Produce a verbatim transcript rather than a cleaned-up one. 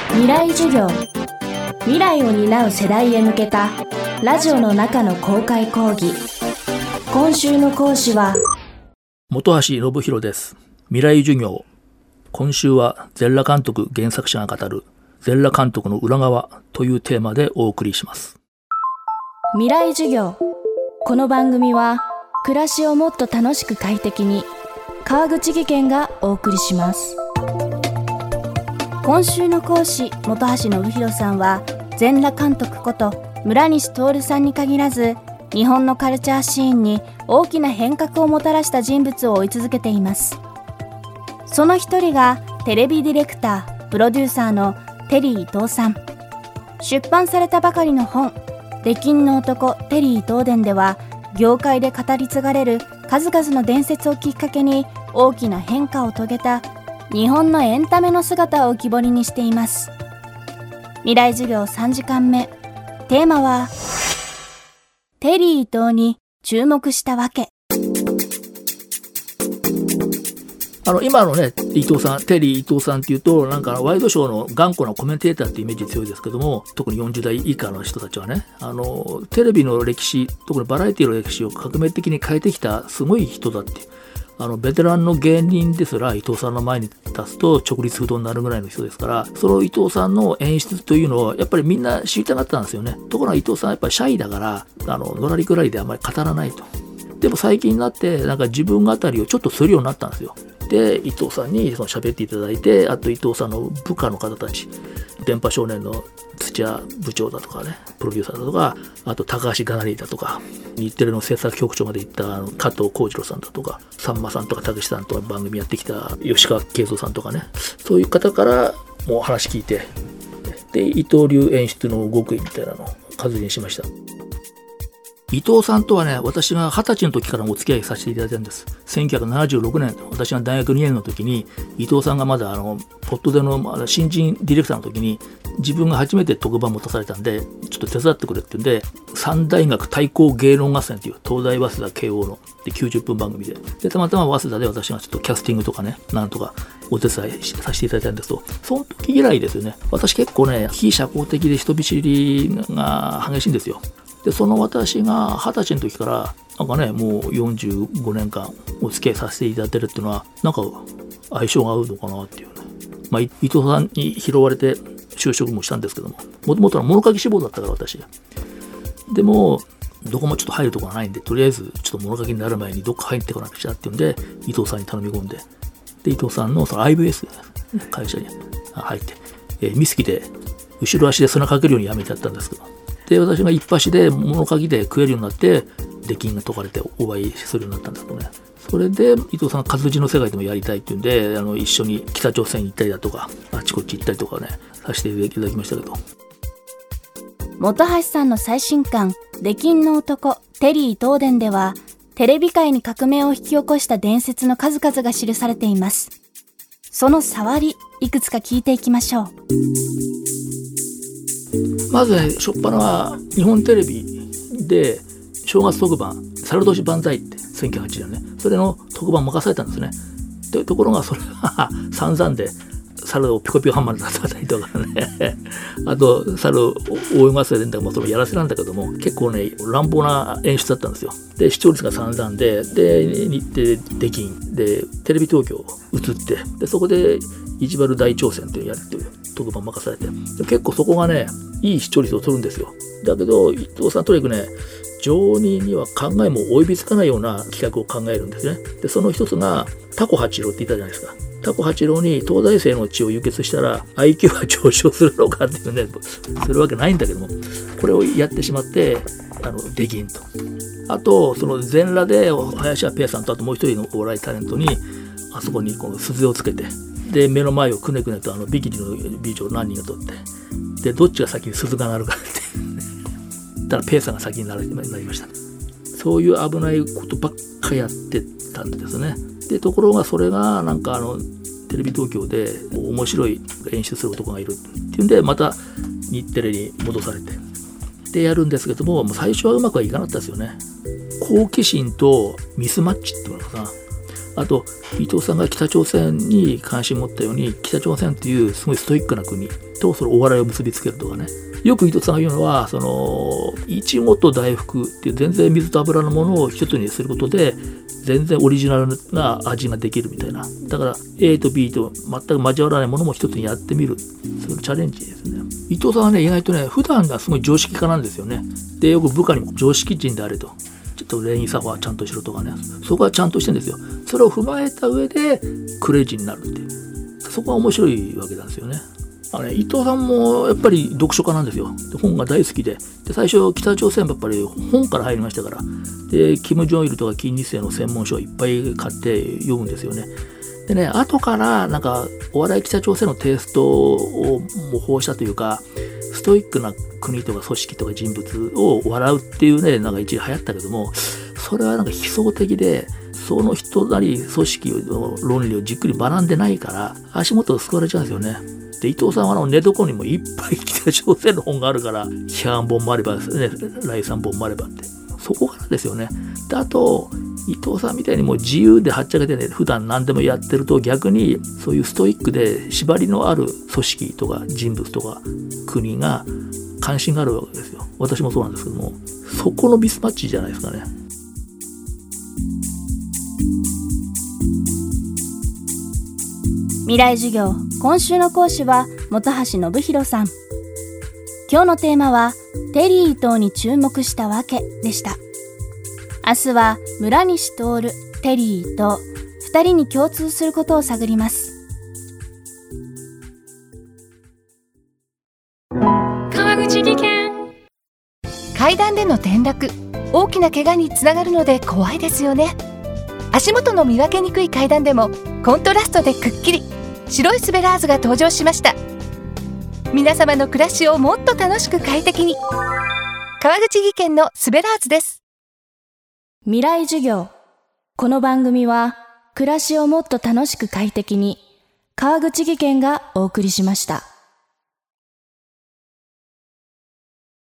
未来授業。未来を担う世代へ向けたラジオの中の公開講義。今週の講師は本橋信弘です。未来授業。今週は全裸監督原作者が語る全裸監督の裏側というテーマでお送りします。 未来授業。この番組は暮らしをもっと楽しく快適に、川口義賢がお送りします。今週の講師本橋信弘さんは全裸監督こと村西徹さんに限らず、日本のカルチャーシーンに大きな変革をもたらした人物を追い続けています。その一人がテレビディレクタープロデューサーのテリー伊藤さん。出版されたばかりの本出禁の男テリー伊藤伝では、業界で語り継がれる数々の伝説をきっかけに大きな変化を遂げた日本のエンタメの姿を浮き彫りにしています。未来授業さんじかんめ、テーマはテリー伊藤に注目したわけ。 あの今のね伊藤さん、テリー伊藤さんっていうと、なんかワイドショーの頑固なコメンテーターっていうイメージ強いですけども、特によんじゅう代以下の人たちはね、あのテレビの歴史、特にバラエティの歴史を革命的に変えてきたすごい人だって、あのベテランの芸人ですら伊藤さんの前に立つと直立不動になるぐらいの人ですから、その伊藤さんの演出というのをやっぱりみんな知りたがったんですよね。ところが伊藤さんはやっぱりシャイだから、あののらりくらりであんまり語らないと。でも最近になってなんか自分語りをちょっとするようになったんですよ。で伊藤さんにその喋っていただいて、あと伊藤さんの部下の方たち、電波少年の土屋部長だとかね、プロデューサーだとか、あと高橋ガナリーだとか、日テレの制作局長まで行ったあの加藤浩次郎さんだとか、さんまさんとかたけしさんとか番組やってきた吉川慶三さんとかね、そういう方からもう話聞いて、で伊藤流演出の極意みたいなのを数にしました。伊藤さんとはね、私が二十歳の時からお付き合いさせていただいたんです。せんきゅうひゃくななじゅうろくねん、私が大学にねんの時に、伊藤さんがまだあのポッドでの新人ディレクターの時に、自分が初めて特番持たされたんで、ちょっと手伝ってくれって言うんで、三大学対抗芸能合戦という東大早稲田慶応のできゅうじゅっぷん番組で、でたまたま早稲田で私がちょっとキャスティングとかね、なんとかお手伝いさせていただいたんですと、その時以来ですよね。私結構ね、非社交的で人見知りが激しいんですよ。でその私が二十歳の時からなんかね、もうよんじゅうごねんかんお付き合いさせていただいてるっていうのは、なんか相性が合うのかなっていうね。まあ伊藤さんに拾われて就職もしたんですけども、もともとは物書き志望だったから私。でもどこもちょっと入るところがないんで、とりあえずちょっと物書きになる前にどっか入ってこなくちゃっていうんで、伊藤さんに頼み込んで、で伊藤さんのその アイビーエス 会社に入って、えー、ミスキで後ろ足で砂かけるように辞めちゃったんですけど、で私が一発で物書きで食えるようになって、出禁が解かれてお会いするようになったんですけどね。それで伊藤さんが活字の世界でもやりたいっていうんで、あの一緒に北朝鮮に行ったりだとか、あっちこっち行ったりとかね、させていただきましたけど。 本橋さんの最新刊出禁の男テリー伊藤伝では、テレビ界に革命を引き起こした伝説の数々が記されています。その触り、いくつか聞いていきましょう。 まずね、初っ端は日本テレビで正月特番猿年万歳ってせんきゅうひゃくはちじゅうねんね、それの特番任されたんですね。でところがそれは散々で、猿をピコピコハンマーで叩いたりとかねあと猿を大声せでんだけども、それをやらせなんだけども、結構ね乱暴な演出だったんですよ。で視聴率が散々で、で日程出禁でテレビ東京映って、でそこで意地悪大挑戦っていうやるっていう特番任されて、結構そこがねいい視聴率を取るんですよ。だけど伊藤さんとにかくね、常人には考えも及びつかないような企画を考えるんですね。でその一つがタコ八郎って言ったじゃないですか。タコ八郎に東大生の血を輸血したら アイキュー は上昇するのかっていうね、するわけないんだけども、これをやってしまってあのできんと。あとその全裸で林家ペーさんと、あともう一人のお笑いタレントにあそこにこの鈴をつけて、で目の前をくねくねとあのビキニの美女を何人が撮って、でどっちが先に鈴が鳴るかってたらペーさんが先になりました。そういう危ないことばっかやってたんですね。でところがそれがなんかあのテレビ東京で面白い演出する男がいるっていうんで、また日テレに戻されてでやるんですけども、最初はうまくはいかなかったですよね。好奇心とミスマッチっていうのかな、 あと伊藤さんが北朝鮮に関心を持ったように、北朝鮮っていうすごいストイックな国とそのお笑いを結びつけるとかね。よく伊藤さんが言うのは、そのいちごと大福っていう全然水と油のものを一つにすることで全然オリジナルな味ができるみたいな。だから A と B と全く交わらないものも一つにやってみる、そういうチャレンジですね。伊藤さんはね、意外とね、普段がすごい常識家なんですよね。で、よく部下にも常識人であれと、ちょっと礼儀作法はちゃんとしろとかね、そこはちゃんとしてるんですよ。それを踏まえた上でクレイジーになるっていう、そこは面白いわけなんですよね。あれ伊藤さんもやっぱり読書家なんですよ。で本が大好き で, で最初北朝鮮やっぱり本から入りましたから、でキム・ジョンイルとか金日成の専門書をいっぱい買って読むんですよね。でね、後からなんかお笑い北朝鮮のテイストを模倣したというか、ストイックな国とか組織とか人物を笑うっていうね、なんか一時流行ったけども、それはなんか悲壮的で、その人なり組織の論理をじっくり学んでないから足元を救われちゃうんですよね。で伊藤さんはあの寝床にもいっぱい北朝鮮の本があるから、批判本もあればですね、来賛本もあればって、そこからですよね。であと伊藤さんみたいにもう自由ではっちゃけてね、普段何でもやってると、逆にそういうストイックで縛りのある組織とか人物とか国が関心があるわけですよ。私もそうなんですけども、そこのミスマッチじゃないですかね。 未来授業、今週の講師は本橋信弘さん。今日のテーマはテリー伊藤に注目したわけでした。明日は村西徹、テリー伊藤、二人に共通することを探ります。 川口技研。階段での転落、大きな怪我につながるので怖いですよね。足元の見分けにくい階段でもコントラストでくっきり白いスベラーズが登場しました。皆様の暮らしをもっと楽しく快適に、川口技研のスベラーズです。 未来授業、この番組は暮らしをもっと楽しく快適に、川口技研がお送りしました。